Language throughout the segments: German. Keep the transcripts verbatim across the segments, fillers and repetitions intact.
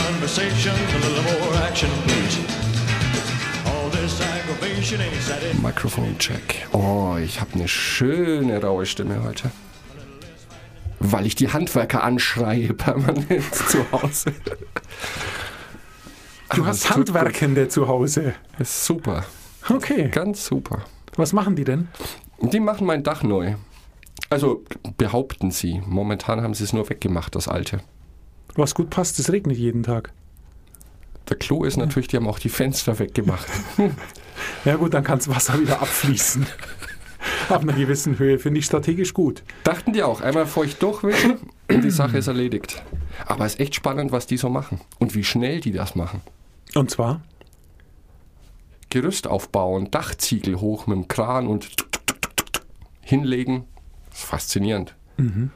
conversation, a little more action, please. All this aggravation ain't satisfied. Mikrofon-Check. Oh, ich habe eine schöne raue Stimme heute. Weil ich die Handwerker anschreie permanent zu Hause. Du Aber hast Handwerkende zu Hause. Ist super. Okay. Ganz super. Was machen die denn? Die machen mein Dach neu. Also behaupten sie. Momentan haben sie es nur weggemacht, das alte. Was gut passt, es regnet jeden Tag. Der Clou ist natürlich, die haben auch die Fenster weggemacht. Ja gut, dann kann das Wasser wieder abfließen. Ab einer gewissen Höhe finde ich strategisch gut. Dachten die auch, einmal feucht durchwischen und die Sache ist erledigt. Aber es ist echt spannend, was die so machen und wie schnell die das machen. Und zwar? Gerüst aufbauen, Dachziegel hoch mit dem Kran und hinlegen. Das ist faszinierend. Mhm.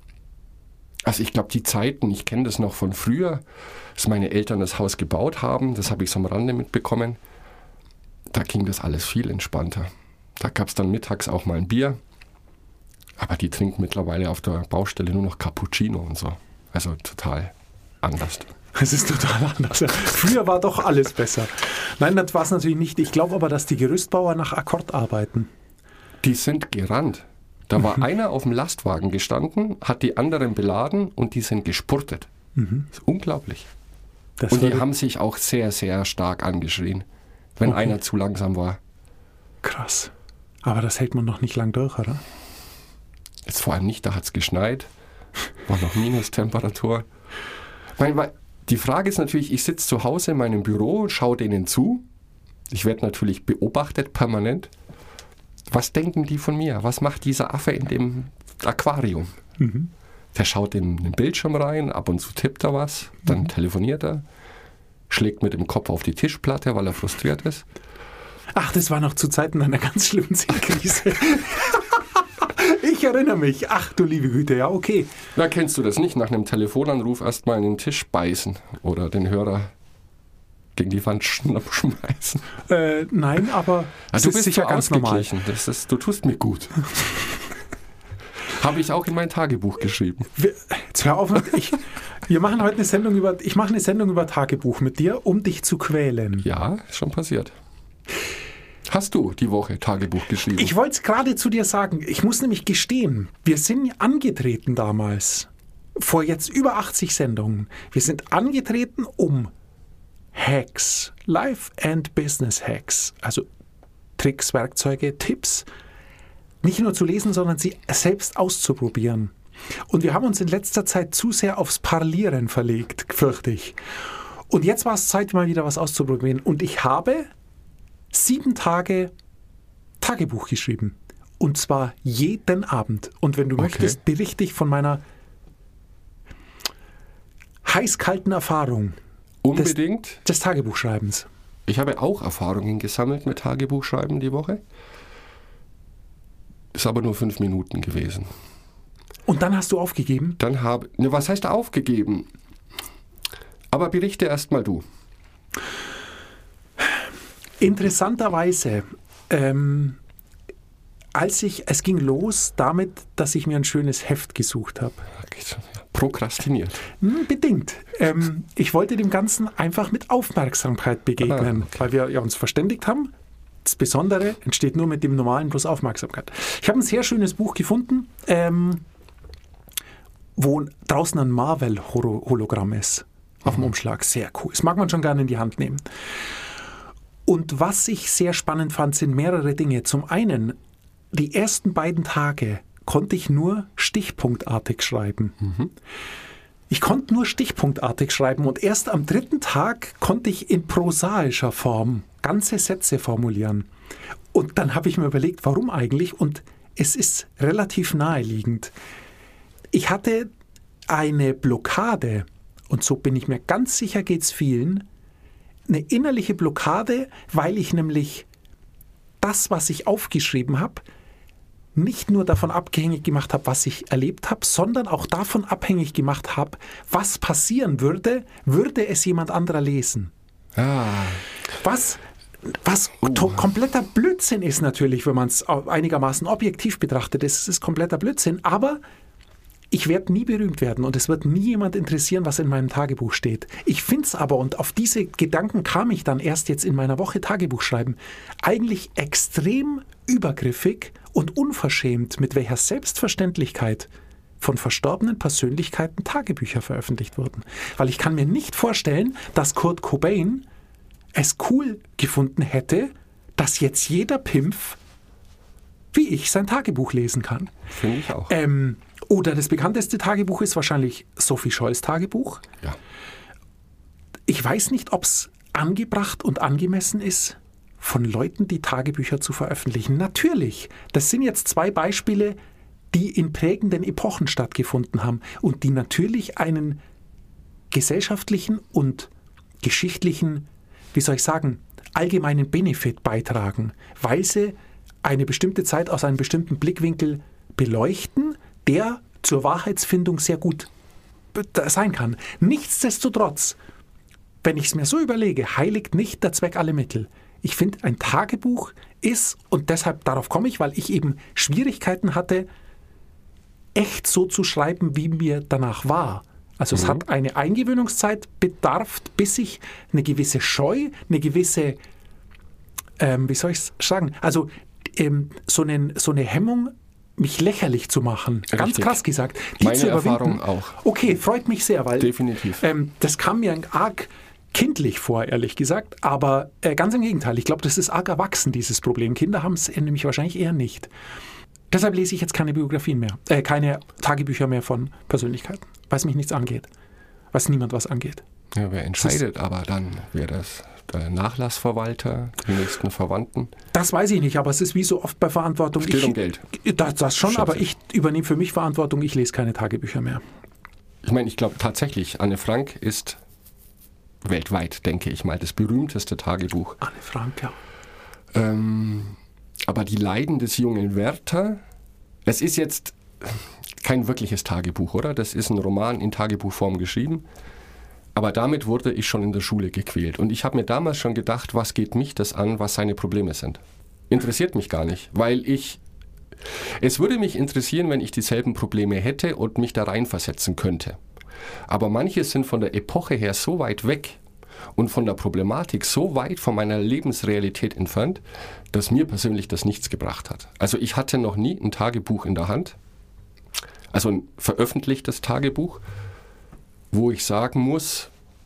Also ich glaube, die Zeiten, ich kenne das noch von früher, dass meine Eltern das Haus gebaut haben, das habe ich so am Rande mitbekommen. Da ging das alles viel entspannter. Da gab es dann mittags auch mal ein Bier. Aber die trinken mittlerweile auf der Baustelle nur noch Cappuccino und so. Also total anders. Es ist total anders. Früher war doch alles besser. Nein, das war es natürlich nicht. Ich glaube aber, dass die Gerüstbauer nach Akkord arbeiten. Die sind gerannt. Da war mhm. einer auf dem Lastwagen gestanden, hat die anderen beladen und die sind gespurtet. Mhm. Das ist unglaublich. Das und die haben sich auch sehr, sehr stark angeschrien, wenn okay. einer zu langsam war. Krass. Aber das hält man noch nicht lang durch, oder? Jetzt vor allem nicht, da hat es geschneit, war noch Minustemperatur. Weil, weil, die Frage ist natürlich, ich sitze zu Hause in meinem Büro und schaue denen zu. Ich werde natürlich beobachtet permanent. Was denken die von mir? Was macht dieser Affe in dem Aquarium? Mhm. Der schaut in den Bildschirm rein, ab und zu tippt er was, dann mhm. telefoniert er, schlägt mit dem Kopf auf die Tischplatte, weil er frustriert ist. Ach, das war noch zu Zeiten einer ganz schlimmen Seekrise. Ich erinnere mich. Ach du liebe Güte, ja, okay. Na, kennst du das nicht? Nach einem Telefonanruf erstmal in den Tisch beißen oder den Hörer gegen die Wand schmeißen? Äh, nein, aber das du ist bist sicher so ganz normal. Das ist, du tust mir gut. Habe ich auch in mein Tagebuch geschrieben. Wir, jetzt hör auf, ich, wir machen heute eine Sendung über, ich mache eine Sendung über Tagebuch mit dir, um dich zu quälen. Ja, ist schon passiert. Hast du die Woche Tagebuch geschrieben? Ich wollte es gerade zu dir sagen. Ich muss nämlich gestehen, wir sind angetreten damals, vor jetzt über achtzig Sendungen. Wir sind angetreten, um Hacks, Life and Business Hacks, also Tricks, Werkzeuge, Tipps, nicht nur zu lesen, sondern sie selbst auszuprobieren. Und wir haben uns in letzter Zeit zu sehr aufs Parlieren verlegt, fürchte ich. Und jetzt war es Zeit, mal wieder was auszuprobieren. Und ich habe sieben Tage Tagebuch geschrieben. Und zwar jeden Abend. Und wenn du okay. möchtest, berichte ich von meiner heiß-kalten Erfahrung Unbedingt. Des, des Tagebuchschreibens. Ich habe auch Erfahrungen gesammelt mit Tagebuchschreiben die Woche. Ist aber nur fünf Minuten gewesen. Und dann hast du aufgegeben? Dann habe... Ne, was heißt aufgegeben? Aber berichte erst mal du. Interessanterweise, ähm, als ich, es ging los damit, dass ich mir ein schönes Heft gesucht habe. Prokrastiniert. Hm, bedingt. Ähm, ich wollte dem Ganzen einfach mit Aufmerksamkeit begegnen, ah, okay. weil wir ja uns verständigt haben. Das Besondere entsteht nur mit dem Normalen plus Aufmerksamkeit. Ich habe ein sehr schönes Buch gefunden, ähm, wo draußen ein Marvel-Hologramm ist auf dem Umschlag. Sehr cool. Das mag man schon gerne in die Hand nehmen. Und was ich sehr spannend fand, sind mehrere Dinge. Zum einen, die ersten beiden Tage konnte ich nur stichpunktartig schreiben. Mhm. Ich konnte nur stichpunktartig schreiben und erst am dritten Tag konnte ich in prosaischer Form ganze Sätze formulieren. Und dann habe ich mir überlegt, warum eigentlich? Und es ist relativ naheliegend. Ich hatte eine Blockade, und so bin ich mir ganz sicher, geht es vielen, eine innerliche Blockade, weil ich nämlich das, was ich aufgeschrieben habe, nicht nur davon abhängig gemacht habe, was ich erlebt habe, sondern auch davon abhängig gemacht habe, was passieren würde, würde es jemand anderer lesen. Ah. Was, was uh. kompletter Blödsinn ist natürlich, wenn man es einigermaßen objektiv betrachtet, es ist kompletter Blödsinn, aber ich werde nie berühmt werden und es wird nie jemand interessieren, was in meinem Tagebuch steht. Ich finde es aber, und auf diese Gedanken kam ich dann erst jetzt in meiner Woche Tagebuch schreiben, eigentlich extrem übergriffig und unverschämt, mit welcher Selbstverständlichkeit von verstorbenen Persönlichkeiten Tagebücher veröffentlicht wurden. Weil ich kann mir nicht vorstellen, dass Kurt Cobain es cool gefunden hätte, dass jetzt jeder Pimpf wie ich sein Tagebuch lesen kann. Finde ich auch. Ähm, oder das bekannteste Tagebuch ist wahrscheinlich Sophie Scholls Tagebuch. Ja. Ich weiß nicht, ob es angebracht und angemessen ist, von Leuten die Tagebücher zu veröffentlichen. Natürlich, das sind jetzt zwei Beispiele, die in prägenden Epochen stattgefunden haben und die natürlich einen gesellschaftlichen und geschichtlichen, wie soll ich sagen, allgemeinen Benefit beitragen, weil sie eine bestimmte Zeit aus einem bestimmten Blickwinkel beleuchten, der zur Wahrheitsfindung sehr gut sein kann. Nichtsdestotrotz, wenn ich es mir so überlege, heiligt nicht der Zweck alle Mittel. Ich finde, ein Tagebuch ist, und deshalb darauf komme ich, weil ich eben Schwierigkeiten hatte, echt so zu schreiben, wie mir danach war. Also mhm. es hat eine Eingewöhnungszeit bedarf, bis ich eine gewisse Scheu, eine gewisse, ähm, wie soll ich es sagen, also ähm, so, einen, so eine Hemmung, mich lächerlich zu machen, Richtig. Ganz krass gesagt, die Meine zu Erfahrung auch. Okay, freut mich sehr, weil Definitiv. Ähm, das kam mir arg kindlich vor, ehrlich gesagt, aber äh, ganz im Gegenteil. Ich glaube, das ist arg erwachsen, dieses Problem. Kinder haben es nämlich wahrscheinlich eher nicht. Deshalb lese ich jetzt keine Biografien mehr, äh, keine Tagebücher mehr von Persönlichkeiten, weil es mich nichts angeht, weil es niemand was angeht. Ja, wer entscheidet aber dann? Wäre das der Nachlassverwalter, die nächsten Verwandten? Das weiß ich nicht, aber es ist wie so oft bei Verantwortung. Es geht ich, um Geld. Das, das schon, Schätze aber ich. ich übernehme für mich Verantwortung, ich lese keine Tagebücher mehr. Ich meine, ich glaube tatsächlich, Anne Frank ist weltweit, denke ich mal, das berühmteste Tagebuch. Anne Frank, ja. Ähm, aber die Leiden des jungen Werther, es ist jetzt kein wirkliches Tagebuch, oder? Das ist ein Roman in Tagebuchform geschrieben. Aber damit wurde ich schon in der Schule gequält. Und ich habe mir damals schon gedacht, was geht mich das an, was seine Probleme sind? Interessiert mich gar nicht, weil ich... Es würde mich interessieren, wenn ich dieselben Probleme hätte und mich da reinversetzen könnte. Aber manche sind von der Epoche her so weit weg und von der Problematik so weit von meiner Lebensrealität entfernt, dass mir persönlich das nichts gebracht hat. Also ich hatte noch nie ein Tagebuch in der Hand, also ein veröffentlichtes Tagebuch, wo ich sagen muss,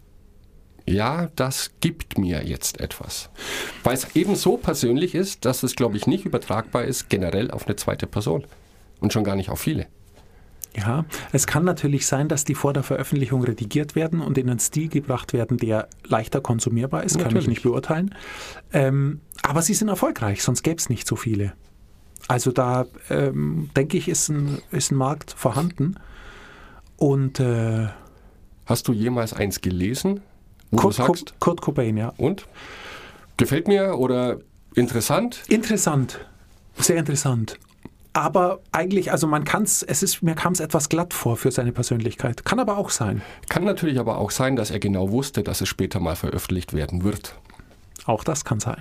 ja, das gibt mir jetzt etwas. Weil es eben so persönlich ist, dass es, glaube ich, nicht übertragbar ist generell auf eine zweite Person und schon gar nicht auf viele. Ja, es kann natürlich sein, dass die vor der Veröffentlichung redigiert werden und in einen Stil gebracht werden, der leichter konsumierbar ist, natürlich. Kann ich nicht beurteilen. Ähm, aber sie sind erfolgreich, sonst gäbe es nicht so viele. Also da, ähm, denke ich, ist ein, ist ein Markt vorhanden. Und äh, hast du jemals eins gelesen, wo Kurt, du sagst? Co- Kurt Cobain, ja. Und? Gefällt mir oder interessant? Interessant, sehr interessant. Aber eigentlich, also man kann es, es ist, mir kam es etwas glatt vor für seine Persönlichkeit. Kann aber auch sein. Kann natürlich aber auch sein, dass er genau wusste, dass es später mal veröffentlicht werden wird. Auch das kann sein.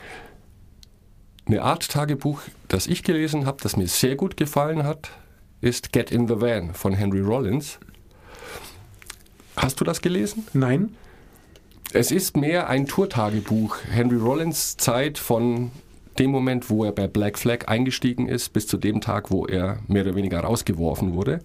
Eine Art Tagebuch, das ich gelesen habe, das mir sehr gut gefallen hat, ist Get in the Van von Henry Rollins. Hast du das gelesen? Nein. Es ist mehr ein Tourtagebuch. Henry Rollins Zeit von dem Moment, wo er bei Black Flag eingestiegen ist, bis zu dem Tag, wo er mehr oder weniger rausgeworfen wurde.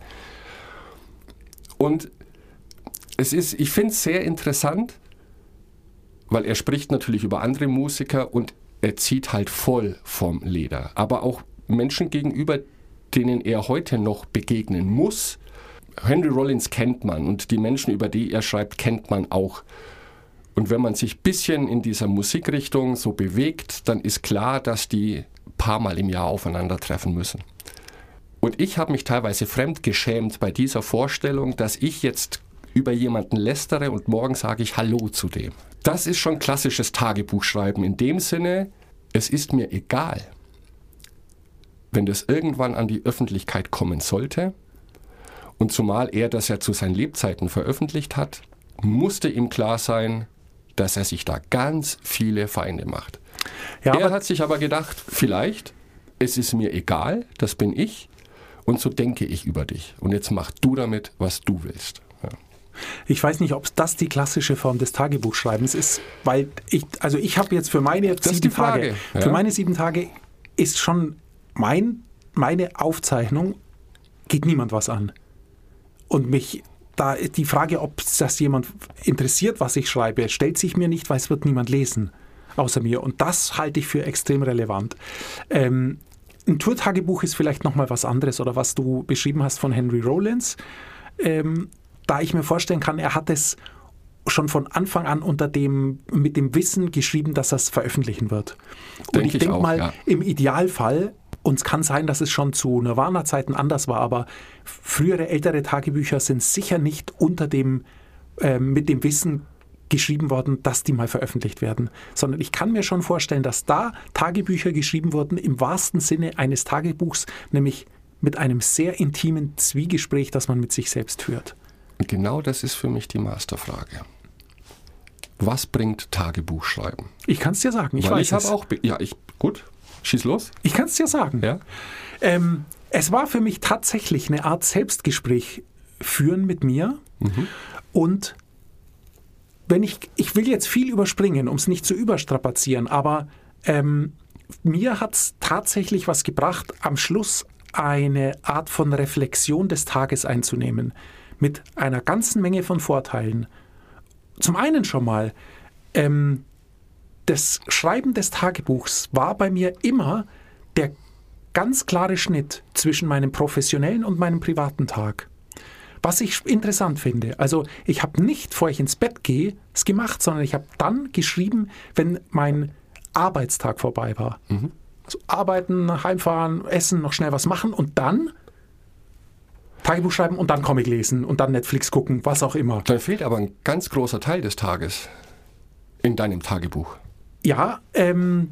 Und es ist, ich finde es sehr interessant, weil er spricht natürlich über andere Musiker und er zieht halt voll vom Leder. Aber auch Menschen gegenüber, denen er heute noch begegnen muss. Henry Rollins kennt man und die Menschen, über die er schreibt, kennt man auch. Und wenn man sich ein bisschen in dieser Musikrichtung so bewegt, dann ist klar, dass die ein paar Mal im Jahr aufeinandertreffen müssen. Und ich habe mich teilweise fremdgeschämt bei dieser Vorstellung, dass ich jetzt über jemanden lästere und morgen sage ich Hallo zu dem. Das ist schon klassisches Tagebuchschreiben in dem Sinne, es ist mir egal, wenn das irgendwann an die Öffentlichkeit kommen sollte. Und zumal er das ja zu seinen Lebzeiten veröffentlicht hat, musste ihm klar sein, dass er sich da ganz viele Feinde macht. Ja, er hat sich aber gedacht, vielleicht, es ist mir egal, das bin ich. und so denke ich über dich. Und jetzt mach du damit, was du willst. Ja. Ich weiß nicht, ob das die klassische Form des Tagebuchschreibens ist, weil ich, also ich habe jetzt für meine Das ist sieben die Frage. Tage, Ja. für meine sieben Tage ist schon mein, meine Aufzeichnung, geht niemand was an. Und mich, da die Frage, ob das jemand interessiert, was ich schreibe, stellt sich mir nicht, weil es wird niemand lesen, außer mir. Und das halte ich für extrem relevant. Ähm, ein Tourtagebuch ist vielleicht nochmal was anderes, oder was du beschrieben hast von Henry Rollins. Ähm, da ich mir vorstellen kann, er hat es schon von Anfang an unter dem, mit dem Wissen geschrieben, dass er es veröffentlichen wird. Und Denk ich ich denke auch, mal, ja. im Idealfall, und es kann sein, dass es schon zu Nirvana-Zeiten anders war, aber frühere, ältere Tagebücher sind sicher nicht unter dem, äh, mit dem Wissen geschrieben worden, dass die mal veröffentlicht werden. Sondern ich kann mir schon vorstellen, dass da Tagebücher geschrieben wurden im wahrsten Sinne eines Tagebuchs, nämlich mit einem sehr intimen Zwiegespräch, das man mit sich selbst führt. Und genau das ist für mich die Masterfrage. Was bringt Tagebuchschreiben? Ich kann es dir sagen, ich Weil weiß ich habe es. auch, be- ja, ich, gut, schieß los. Ich kann es dir sagen. Ja. Ähm, es war für mich tatsächlich eine Art Selbstgespräch führen mit mir. Und wenn ich, ich will jetzt viel überspringen, um es nicht zu überstrapazieren, aber ähm, mir hat es tatsächlich was gebracht, am Schluss eine Art von Reflexion des Tages einzunehmen, mit einer ganzen Menge von Vorteilen. Zum einen schon mal, ähm, das Schreiben des Tagebuchs war bei mir immer der ganz klare Schnitt zwischen meinem professionellen und meinem privaten Tag. Was ich interessant finde, also ich habe nicht, bevor ich ins Bett gehe, es gemacht, sondern ich habe dann geschrieben, wenn mein Arbeitstag vorbei war. Mhm. Also arbeiten, heimfahren, essen, noch schnell was machen und dann Tagebuch schreiben und dann Comic lesen und dann Netflix gucken, was auch immer. Dann fehlt aber ein ganz großer Teil des Tages in deinem Tagebuch. Ja, ähm,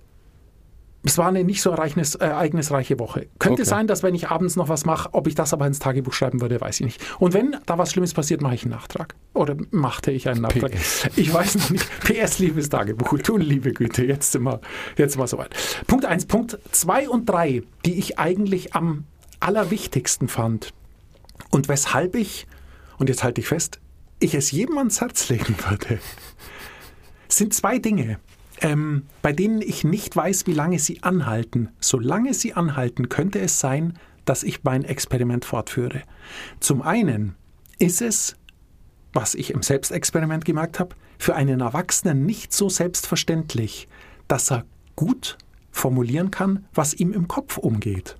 es war eine nicht so ereignis, äh, ereignisreiche Woche. Könnte Okay. sein, dass wenn ich abends noch was mache, ob ich das aber ins Tagebuch schreiben würde, weiß ich nicht. Und wenn da was Schlimmes passiert, mache ich einen Nachtrag. Oder machte ich einen Nachtrag. P S. Ich weiß noch nicht. P S, liebes Tagebuch. Du liebe Güte, jetzt sind wir, jetzt sind wir soweit. Punkt eins. Punkt zwei und drei, die ich eigentlich am allerwichtigsten fand und weshalb ich, und jetzt halte ich fest, ich es jedem ans Herz legen würde, sind zwei Dinge, ähm, bei denen ich nicht weiß, wie lange sie anhalten. Solange sie anhalten, könnte es sein, dass ich mein Experiment fortführe. Zum einen ist es, was ich im Selbstexperiment gemerkt habe, für einen Erwachsenen nicht so selbstverständlich, dass er gut formulieren kann, was ihm im Kopf umgeht.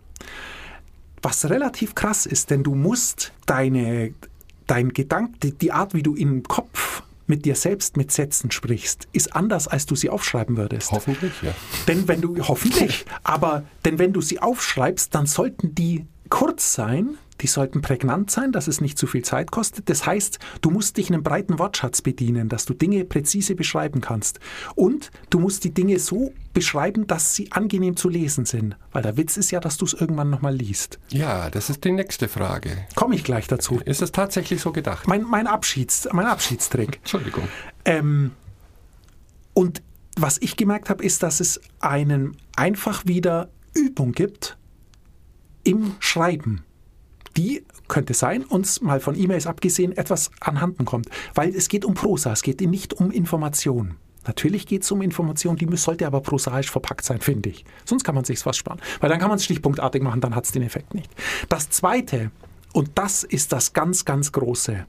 Was relativ krass ist, denn du musst deine, dein Gedanke, die, die Art, wie du im Kopf mit dir selbst mit Sätzen sprichst, ist anders, als du sie aufschreiben würdest. Hoffentlich, ja. Denn wenn du, hoffentlich, aber denn wenn du sie aufschreibst, dann sollten die kurz sein, die sollten prägnant sein, dass es nicht zu viel Zeit kostet. Das heißt, du musst dich einen breiten Wortschatz bedienen, dass du Dinge präzise beschreiben kannst. Und du musst die Dinge so beschreiben, dass sie angenehm zu lesen sind. Weil der Witz ist ja, dass du es irgendwann nochmal liest. Ja, das ist die nächste Frage. Komme ich gleich dazu. Ist es tatsächlich so gedacht? Mein, mein, Abschieds, mein Abschiedstrick. Entschuldigung. Ähm, und was ich gemerkt habe, ist, dass es einen einfach wieder Übung gibt im Schreiben. Die, könnte sein, uns mal von E-Mails abgesehen, etwas anhanden kommt. Weil es geht um Prosa, es geht nicht um Information. Natürlich geht es um Information, die sollte aber prosaisch verpackt sein, finde ich. Sonst kann man sich was sparen. Weil dann kann man es stichpunktartig machen, dann hat es den Effekt nicht. Das Zweite, und das ist das ganz, ganz Große,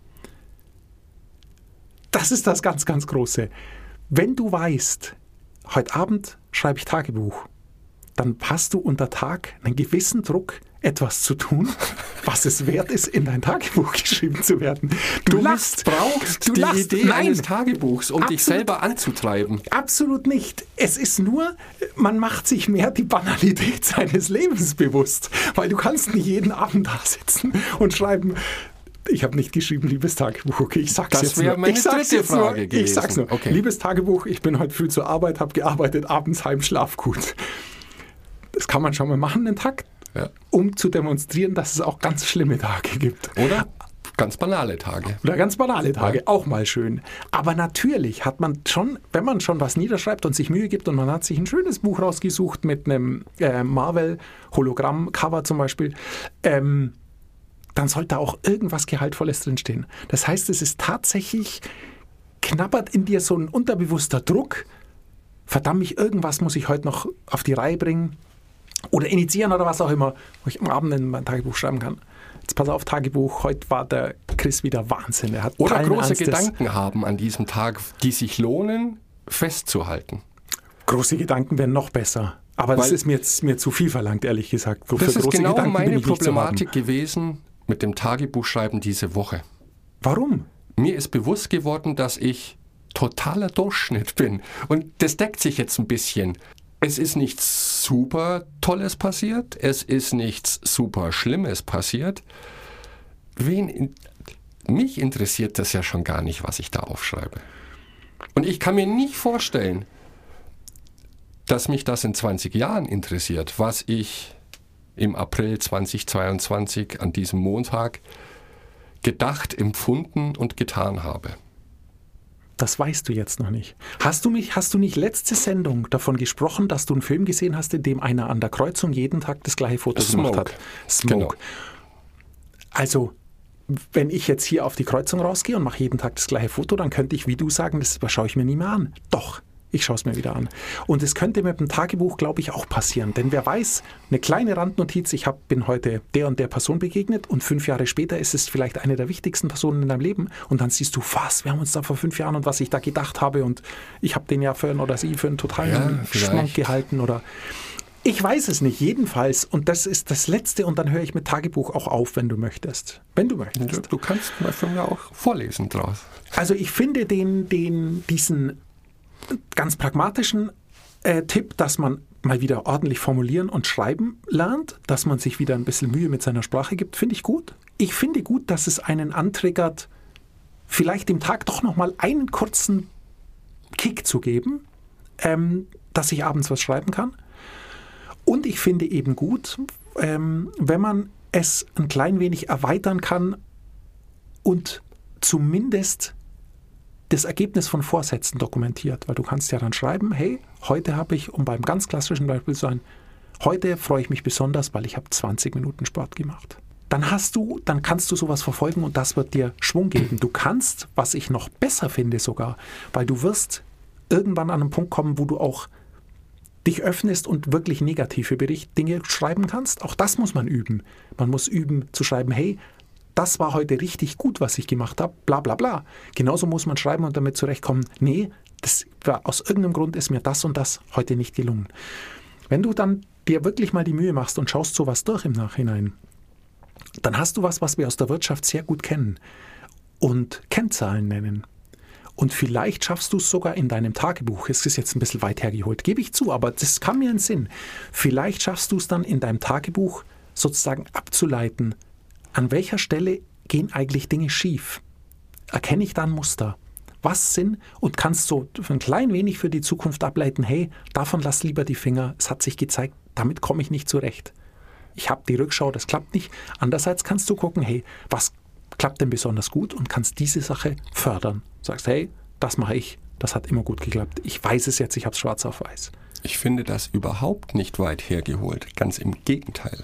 das ist das ganz, ganz Große. Wenn du weißt, heute Abend schreibe ich Tagebuch, dann hast du unter Tag einen gewissen Druck, etwas zu tun, was es wert ist, in dein Tagebuch geschrieben zu werden. Du, Du lachst, brauchst du die lachst. Idee Nein, eines Tagebuchs, um dich Absolut. selber anzutreiben. absolut nicht. Es ist nur, man macht sich mehr die Banalität seines Lebens bewusst, weil du kannst nicht jeden Abend da sitzen und schreiben, ich habe nicht geschrieben, liebes Tagebuch. Okay, ich sag's Das jetzt wäre nur. meine ich sag's dritte jetzt Frage nur. gewesen. Ich sag's nur. Okay. Liebes Tagebuch, ich bin heute früh zur Arbeit, habe gearbeitet, abends heim, schlaf gut. Das kann man schon mal machen, einen Tag, Ja. um zu demonstrieren, dass es auch ganz schlimme Tage gibt. Oder ganz banale Tage. Oder ganz banale Tage, ja. Auch mal schön. Aber natürlich hat man schon, wenn man schon was niederschreibt und sich Mühe gibt und man hat sich ein schönes Buch rausgesucht mit einem äh, Marvel-Hologramm-Cover zum Beispiel, ähm, dann sollte auch irgendwas Gehaltvolles drinstehen. Das heißt, es ist tatsächlich, knabbert in dir so ein unterbewusster Druck, verdammt mich, irgendwas muss ich heute noch auf die Reihe bringen oder initiieren oder was auch immer, wo ich am Abend in mein Tagebuch schreiben kann. Jetzt pass auf, Tagebuch, heute war der Chris wieder Wahnsinn. Er hat oder große Ernstes. Gedanken haben an diesem Tag, die sich lohnen, festzuhalten. Große Gedanken wären noch besser. Aber Weil das ist mir jetzt mir zu viel verlangt, ehrlich gesagt. Für das ist genau Gedanken meine Problematik gewesen mit dem Tagebuchschreiben diese Woche. Warum? Mir ist bewusst geworden, dass ich totaler Durchschnitt bin. Und das deckt sich jetzt ein bisschen. Es ist nichts super Tolles passiert. Es ist nichts super Schlimmes passiert. Wen in, mich interessiert das ja schon gar nicht, was ich da aufschreibe. Und ich kann mir nicht vorstellen, dass mich das in zwanzig Jahren interessiert, was ich im April zweitausendzweiundzwanzig an diesem Montag gedacht, empfunden und getan habe. Das weißt du jetzt noch nicht. Hast du mich, hast du nicht letzte Sendung davon gesprochen, dass du einen Film gesehen hast, in dem einer an der Kreuzung jeden Tag das gleiche Foto Smoke. gemacht hat? Smoke. Genau. Also, wenn ich jetzt hier auf die Kreuzung rausgehe und mache jeden Tag das gleiche Foto, dann könnte ich, wie du sagen, das schaue ich mir nie mehr an. Doch. Ich schaue es mir wieder an. Und es könnte mit dem Tagebuch, glaube ich, auch passieren. Denn wer weiß, eine kleine Randnotiz, ich hab, bin heute der und der Person begegnet und fünf Jahre später ist es vielleicht eine der wichtigsten Personen in deinem Leben. Und dann siehst du, was, wir haben uns da vor fünf Jahren und was ich da gedacht habe und ich habe den ja für einen oder sie für einen totalen ja, Schwank gehalten oder... Ich weiß es nicht, jedenfalls. Und das ist das Letzte und dann höre ich mit Tagebuch auch auf, wenn du möchtest. Wenn du möchtest. Du, du kannst mal von mir auch vorlesen draus. Also ich finde den, den, diesen... ganz pragmatischen äh, Tipp, dass man mal wieder ordentlich formulieren und schreiben lernt, dass man sich wieder ein bisschen Mühe mit seiner Sprache gibt, finde ich gut. Ich finde gut, dass es einen antriggert, vielleicht dem Tag doch nochmal einen kurzen Kick zu geben, ähm, dass ich abends was schreiben kann. Und ich finde eben gut, ähm, wenn man es ein klein wenig erweitern kann und zumindest das Ergebnis von Vorsätzen dokumentiert, weil du kannst ja dann schreiben, hey, heute habe ich, um beim ganz klassischen Beispiel zu sein, heute freue ich mich besonders, weil ich habe zwanzig Minuten Sport gemacht. Dann hast du, dann kannst du sowas verfolgen und das wird dir Schwung geben. Du kannst, was ich noch besser finde sogar, weil du wirst irgendwann an einen Punkt kommen, wo du auch dich öffnest und wirklich negative Bericht, Dinge schreiben kannst. Auch das muss man üben. Man muss üben zu schreiben, hey, das war heute richtig gut, was ich gemacht habe, bla bla bla. Genauso muss man schreiben und damit zurechtkommen, nee, das war, aus irgendeinem Grund ist mir das und das heute nicht gelungen. Wenn du dann dir wirklich mal die Mühe machst und schaust sowas durch im Nachhinein, dann hast du was, was wir aus der Wirtschaft sehr gut kennen und Kennzahlen nennen. Und vielleicht schaffst du es sogar in deinem Tagebuch, es ist jetzt ein bisschen weit hergeholt, gebe ich zu, aber das kam mir in den Sinn. Vielleicht schaffst du es dann in deinem Tagebuch sozusagen abzuleiten, an welcher Stelle gehen eigentlich Dinge schief? Erkenne ich da ein Muster? Was sind? Und kannst so ein klein wenig für die Zukunft ableiten, hey, davon lass lieber die Finger, es hat sich gezeigt, damit komme ich nicht zurecht. Ich habe die Rückschau, das klappt nicht. Andererseits kannst du gucken, hey, was klappt denn besonders gut und kannst diese Sache fördern. Sagst, hey, das mache ich, das hat immer gut geklappt. Ich weiß es jetzt, ich habe es schwarz auf weiß. Ich finde das überhaupt nicht weit hergeholt, ganz im Gegenteil.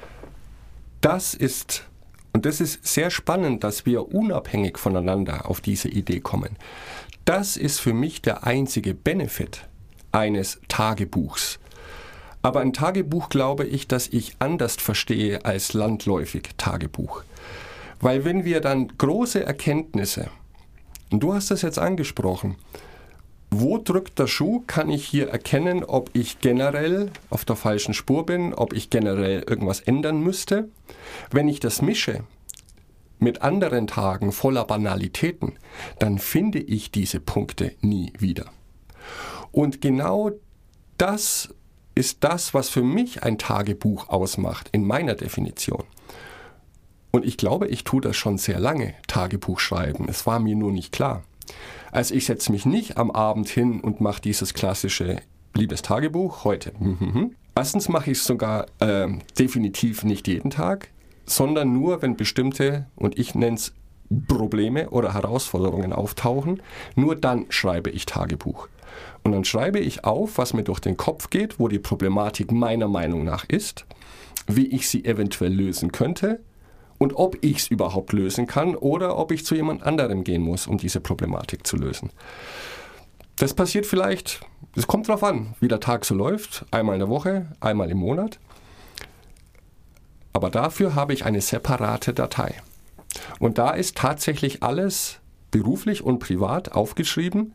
Das ist, und das ist sehr spannend, dass wir unabhängig voneinander auf diese Idee kommen. Das ist für mich der einzige Benefit eines Tagebuchs. Aber ein Tagebuch glaube ich, dass ich anders verstehe als landläufig Tagebuch. Weil wenn wir dann große Erkenntnisse, und du hast das jetzt angesprochen, wo drückt der Schuh, kann ich hier erkennen, ob ich generell auf der falschen Spur bin, ob ich generell irgendwas ändern müsste. Wenn ich das mische mit anderen Tagen voller Banalitäten, dann finde ich diese Punkte nie wieder. Und genau das ist das, was für mich ein Tagebuch ausmacht, in meiner Definition. Und ich glaube, ich tue das schon sehr lange, Tagebuch schreiben. Es war mir nur nicht klar. Also ich setze mich nicht am Abend hin und mache dieses klassische liebes Tagebuch heute. Erstens mache ich es sogar äh, definitiv nicht jeden Tag, sondern nur, wenn bestimmte, und ich nenne es Probleme oder Herausforderungen auftauchen, nur dann schreibe ich Tagebuch. Und dann schreibe ich auf, was mir durch den Kopf geht, wo die Problematik meiner Meinung nach ist, wie ich sie eventuell lösen könnte und ob ich es überhaupt lösen kann oder ob ich zu jemand anderem gehen muss, um diese Problematik zu lösen. Das passiert vielleicht, es kommt darauf an, wie der Tag so läuft, einmal in der Woche, einmal im Monat. Aber dafür habe ich eine separate Datei. Und da ist tatsächlich alles beruflich und privat aufgeschrieben,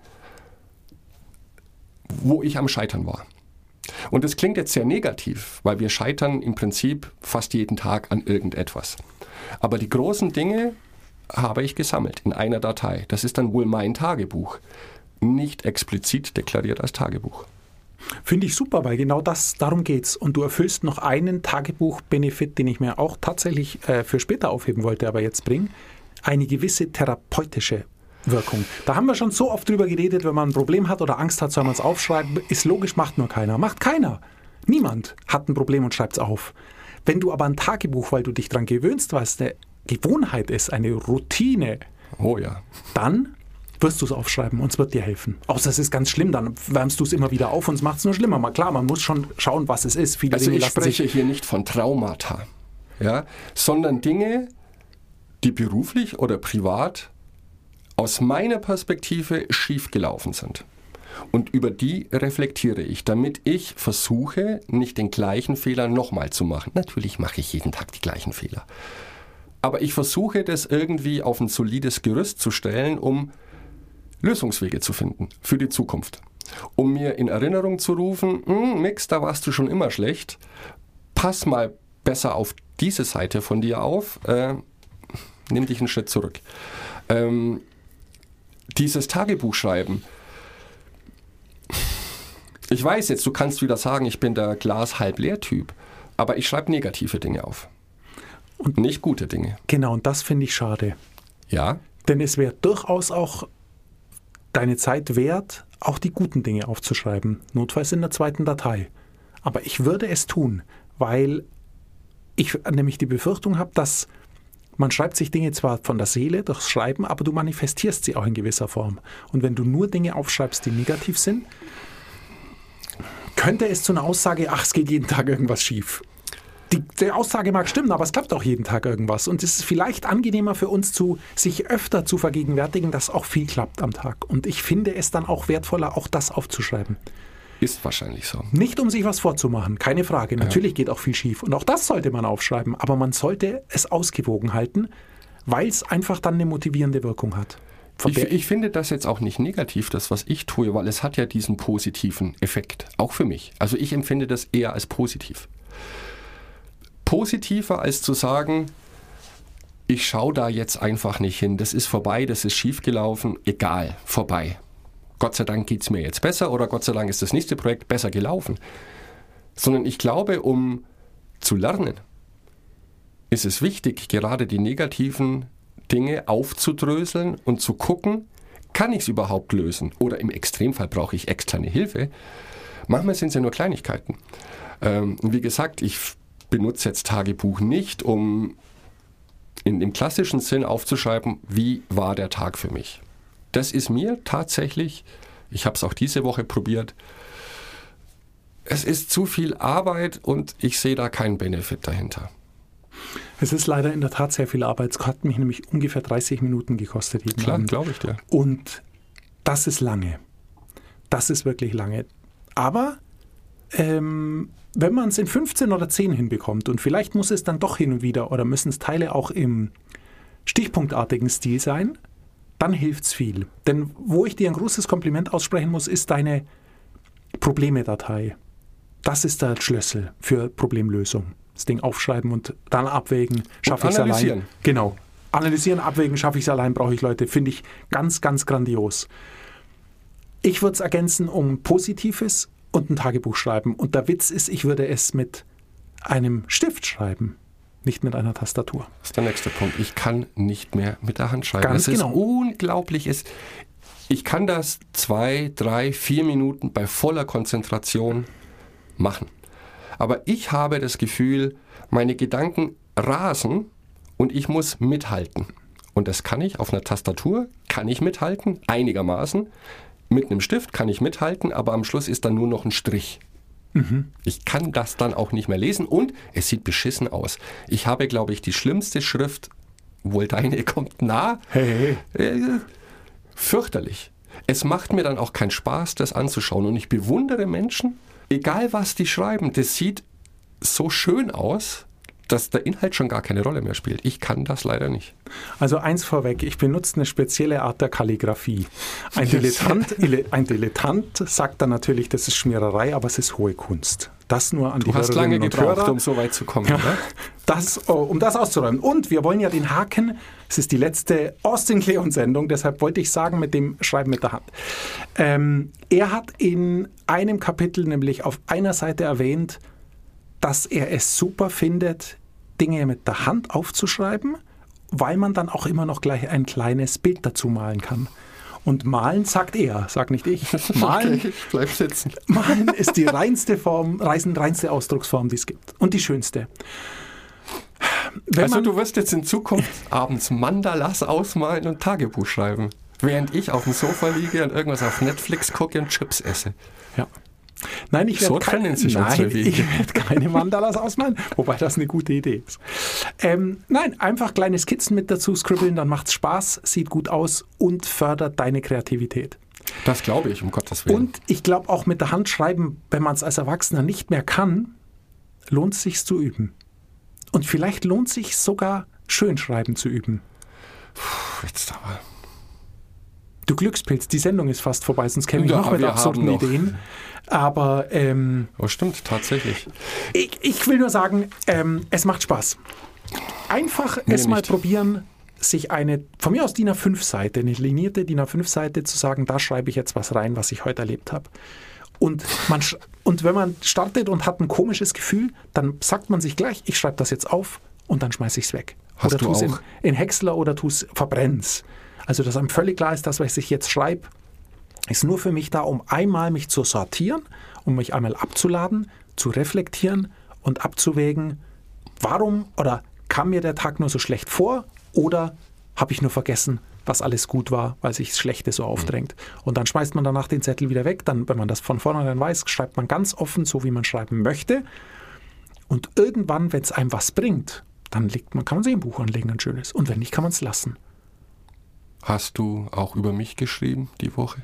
wo ich am Scheitern war. Und das klingt jetzt sehr negativ, weil wir scheitern im Prinzip fast jeden Tag an irgendetwas. Aber die großen Dinge habe ich gesammelt in einer Datei. Das ist dann wohl mein Tagebuch, nicht explizit deklariert als Tagebuch. Finde ich super, weil genau das, darum geht's. Und du erfüllst noch einen Tagebuch-Benefit, den ich mir auch tatsächlich äh, für später aufheben wollte, aber jetzt bringen. Eine gewisse therapeutische Wirkung. Da haben wir schon so oft drüber geredet, wenn man ein Problem hat oder Angst hat, soll man es aufschreiben. Ist logisch, macht nur keiner. Macht keiner. Niemand hat ein Problem und schreibt es auf. Wenn du aber ein Tagebuch, weil du dich daran gewöhnst, weil es eine Gewohnheit ist, eine Routine, oh ja, dann wirst du es aufschreiben und es wird dir helfen. Außer es ist ganz schlimm, dann wärmst du es immer wieder auf und es macht es nur schlimmer. Mal klar, man muss schon schauen, was es ist. Viele also Dinge ich lassen spreche sich hier nicht von Traumata, ja, sondern Dinge, die beruflich oder privat aus meiner Perspektive schiefgelaufen sind. Und über die reflektiere ich, damit ich versuche, nicht den gleichen Fehler nochmal zu machen. Natürlich mache ich jeden Tag die gleichen Fehler. Aber ich versuche, das irgendwie auf ein solides Gerüst zu stellen, um Lösungswege zu finden für die Zukunft. Um mir in Erinnerung zu rufen, Mix, da warst du schon immer schlecht, pass mal besser auf diese Seite von dir auf, äh, nimm dich einen Schritt zurück. Ähm, dieses Tagebuchschreiben, ich weiß jetzt, du kannst wieder sagen, ich bin der Glas-halb-leer-Typ, aber ich schreibe negative Dinge auf und nicht gute Dinge. Genau, und das finde ich schade. Ja. Denn es wäre durchaus auch deine Zeit wert, auch die guten Dinge aufzuschreiben, notfalls in der zweiten Datei. Aber ich würde es tun, weil ich nämlich die Befürchtung habe, dass man schreibt sich Dinge zwar von der Seele durchs Schreiben, aber du manifestierst sie auch in gewisser Form. Und wenn du nur Dinge aufschreibst, die negativ sind, könnte es zu einer Aussage, ach, es geht jeden Tag irgendwas schief. Die, die Aussage mag stimmen, aber es klappt auch jeden Tag irgendwas. Und es ist vielleicht angenehmer für uns, zu, sich öfter zu vergegenwärtigen, dass auch viel klappt am Tag. Und ich finde es dann auch wertvoller, auch das aufzuschreiben. Ist wahrscheinlich so. Nicht, um sich was vorzumachen, keine Frage. Natürlich ja. geht auch viel schief. Und auch das sollte man aufschreiben. Aber man sollte es ausgewogen halten, weil es einfach dann eine motivierende Wirkung hat. Ich, ich finde das jetzt auch nicht negativ, das, was ich tue, weil es hat ja diesen positiven Effekt, auch für mich. Also ich empfinde das eher als positiv. Positiver als zu sagen, ich schaue da jetzt einfach nicht hin, das ist vorbei, das ist schiefgelaufen, egal, vorbei. Gott sei Dank geht es mir jetzt besser oder Gott sei Dank ist das nächste Projekt besser gelaufen. Sondern ich glaube, um zu lernen, ist es wichtig, gerade die negativen Dinge aufzudröseln und zu gucken, kann ich es überhaupt lösen? Oder im Extremfall brauche ich externe Hilfe. Manchmal sind es ja nur Kleinigkeiten. Ähm, wie gesagt, ich benutze jetzt Tagebuch nicht, um in dem klassischen Sinn aufzuschreiben, wie war der Tag für mich. Das ist mir tatsächlich, ich habe es auch diese Woche probiert, es ist zu viel Arbeit und ich sehe da keinen Benefit dahinter. Es ist leider in der Tat sehr viel Arbeit. Es hat mich nämlich ungefähr dreißig Minuten gekostet. Jeden Klar, Abend. glaube ich dir. Und das ist lange. Das ist wirklich lange. Aber ähm, wenn man es in fünfzehn oder zehn hinbekommt und vielleicht muss es dann doch hin und wieder oder müssen es Teile auch im stichpunktartigen Stil sein, dann hilft es viel. Denn wo ich dir ein großes Kompliment aussprechen muss, ist deine Probleme-Datei. Das ist der Schlüssel für Problemlösung. Das Ding aufschreiben und dann abwägen, schaffe ich es allein. Genau. Analysieren, abwägen, schaffe ich es allein, brauche ich Leute. Finde ich ganz, ganz grandios. Ich würde es ergänzen um Positives und ein Tagebuch schreiben. Und der Witz ist, ich würde es mit einem Stift schreiben, nicht mit einer Tastatur. Das ist der nächste Punkt. Ich kann nicht mehr mit der Hand schreiben. Ganz das genau. ist unglaublich. Ich kann das zwei, drei, vier Minuten bei voller Konzentration machen. Aber ich habe das Gefühl, meine Gedanken rasen und ich muss mithalten. Und das kann ich auf einer Tastatur, kann ich mithalten, einigermaßen. Mit einem Stift kann ich mithalten, aber am Schluss ist dann nur noch ein Strich. Mhm. Ich kann das dann auch nicht mehr lesen und es sieht beschissen aus. Ich habe, glaube ich, die schlimmste Schrift, wohl deine kommt nah, Hey, hey. äh, fürchterlich. Es macht mir dann auch keinen Spaß, das anzuschauen. Und ich bewundere Menschen, egal was die schreiben, das sieht so schön aus, dass der Inhalt schon gar keine Rolle mehr spielt. Ich kann das leider nicht. Also eins vorweg, ich benutze eine spezielle Art der Kalligraphie. Ein Dilettant, ein Dilettant sagt dann natürlich, das ist Schmiererei, aber es ist hohe Kunst. Das nur an die Du hast lange Hörerinnen und gebraucht, Hörer. um so weit zu kommen. Ja, Ne? das, um das auszuräumen. Und wir wollen ja den Haken, es ist die letzte Austin Kleon-Sendung, deshalb wollte ich sagen, mit dem Schreiben mit der Hand. Ähm, er hat in einem Kapitel nämlich auf einer Seite erwähnt, dass er es super findet, Dinge mit der Hand aufzuschreiben, weil man dann auch immer noch gleich ein kleines Bild dazu malen kann. Und malen, sagt er, sag nicht ich, malen, Okay, ich bleib sitzen. malen ist die reinste Form, reinste Ausdrucksform, die es gibt. Und die schönste. Wenn Also man, du wirst jetzt in Zukunft abends Mandalas ausmalen und Tagebuch schreiben, während ich auf dem Sofa liege und irgendwas auf Netflix gucke und Chips esse. ja. Nein, ich So werde keine, trennen sich nein, unsere Wege. ich werde keine Mandalas ausmalen, wobei das eine gute Idee ist. Ähm, nein, einfach kleine Skizzen mit dazu scribbeln, dann macht's Spaß, sieht gut aus und fördert deine Kreativität. Das glaube ich, um Gottes Willen. Und ich glaube auch mit der Hand schreiben, wenn man es als Erwachsener nicht mehr kann, lohnt es sich zu üben. Und vielleicht lohnt es sich sogar Schönschreiben zu üben. Puh, jetzt aber. Du Glückspilz, die Sendung ist fast vorbei, sonst käme ich Ja, noch mit wir absurden haben noch. Ideen. Aber ähm, Oh, stimmt, tatsächlich. ich, ich will nur sagen, ähm, es macht Spaß. Einfach Mir es mal nicht. probieren, sich eine, von mir aus D I N A fünf Seite, eine linierte D I N A fünf Seite zu sagen, da schreibe ich jetzt was rein, was ich heute erlebt habe. Und, man, sch- und wenn man startet und hat ein komisches Gefühl, dann sagt man sich gleich, ich schreibe das jetzt auf und dann schmeiße ich es weg. Hast oder du tu's in, auch? in Häcksler oder tu es verbrenn's. Also, dass einem völlig klar ist, das, was ich jetzt schreibe, ist nur für mich da, um einmal mich zu sortieren, um mich einmal abzuladen, zu reflektieren und abzuwägen, warum oder kam mir der Tag nur so schlecht vor oder habe ich nur vergessen, was alles gut war, weil sich das Schlechte so aufdrängt. Und dann schmeißt man danach den Zettel wieder weg. Dann, wenn man das von vornherein weiß, schreibt man ganz offen, so wie man schreiben möchte. Und irgendwann, wenn es einem was bringt, dann legt man, kann man sich ein Buch anlegen, ein schönes. Und wenn nicht, kann man es lassen. Hast du auch über mich geschrieben die Woche?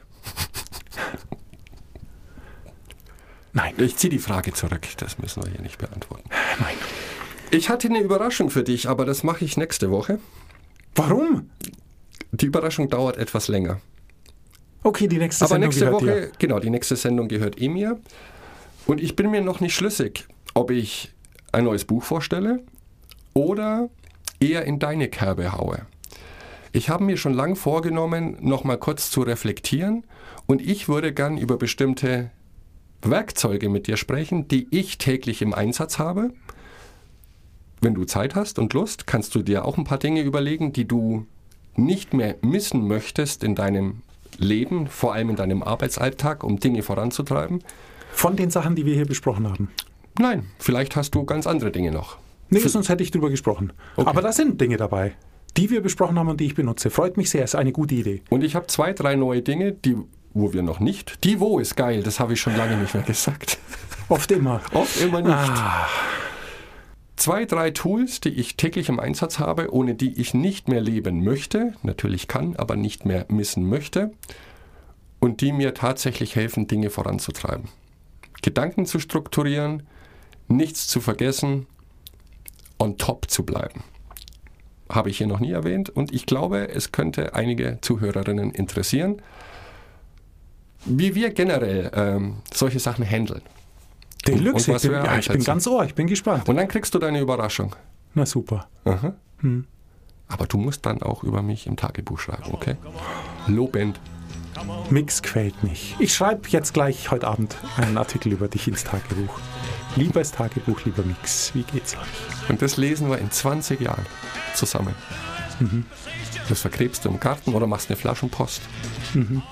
Nein, Ich ziehe die Frage zurück, das müssen wir hier nicht beantworten. nein. Ich hatte eine Überraschung für dich, aber das mache ich nächste Woche. Warum? Die Überraschung dauert etwas länger. Okay, die nächste Aber Sendung nächste gehört Woche, dir. genau, die nächste Sendung gehört eh mir. Und ich bin mir noch nicht schlüssig, ob ich ein neues Buch vorstelle oder eher in deine Kerbe haue. Ich habe mir schon lang vorgenommen, noch mal kurz zu reflektieren und ich würde gern über bestimmte Werkzeuge mit dir sprechen, die ich täglich im Einsatz habe. Wenn du Zeit hast und Lust, kannst du dir auch ein paar Dinge überlegen, die du nicht mehr missen möchtest in deinem Leben, vor allem in deinem Arbeitsalltag, um Dinge voranzutreiben. Von den Sachen, die wir hier besprochen haben. Nein, vielleicht hast du ganz andere Dinge noch. Nee, sonst hätte ich drüber gesprochen. Okay. Aber da sind Dinge dabei, die wir besprochen haben und die ich benutze. Freut mich sehr, ist eine gute Idee. Und ich habe zwei, drei neue Dinge, die, wo wir noch nicht. Die wo ist geil, das habe ich schon lange nicht mehr gesagt. Oft immer. Oft immer nicht. Ah, Zwei, drei Tools, die ich täglich im Einsatz habe, ohne die ich nicht mehr leben möchte, natürlich kann, aber nicht mehr missen möchte, und die mir tatsächlich helfen, Dinge voranzutreiben. Gedanken zu strukturieren, nichts zu vergessen, on top zu bleiben. Habe ich hier noch nie erwähnt und ich glaube, es könnte einige Zuhörerinnen interessieren, wie wir generell ähm, solche Sachen handeln. Deluxe, Und was ich, bin, wir ja, ich bin einschätzen. ganz ohr, ich bin gespannt. Und dann kriegst du deine Überraschung. Na super. Aha. Aber du musst dann auch über mich im Tagebuch schreiben, okay? Lobend. Mix quält mich. Ich schreibe jetzt gleich heute Abend einen Artikel über dich ins Tagebuch. Liebes Tagebuch, lieber Mix, wie geht's euch? Und das lesen wir in zwanzig Jahren zusammen. Mhm. Das vergräbst du im Garten oder machst eine Flaschenpost. Mhm.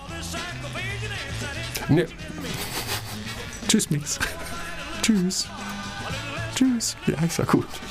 Ne, Tschüss, Mix. Tschüss. Tschüss. ja, ist ja gut.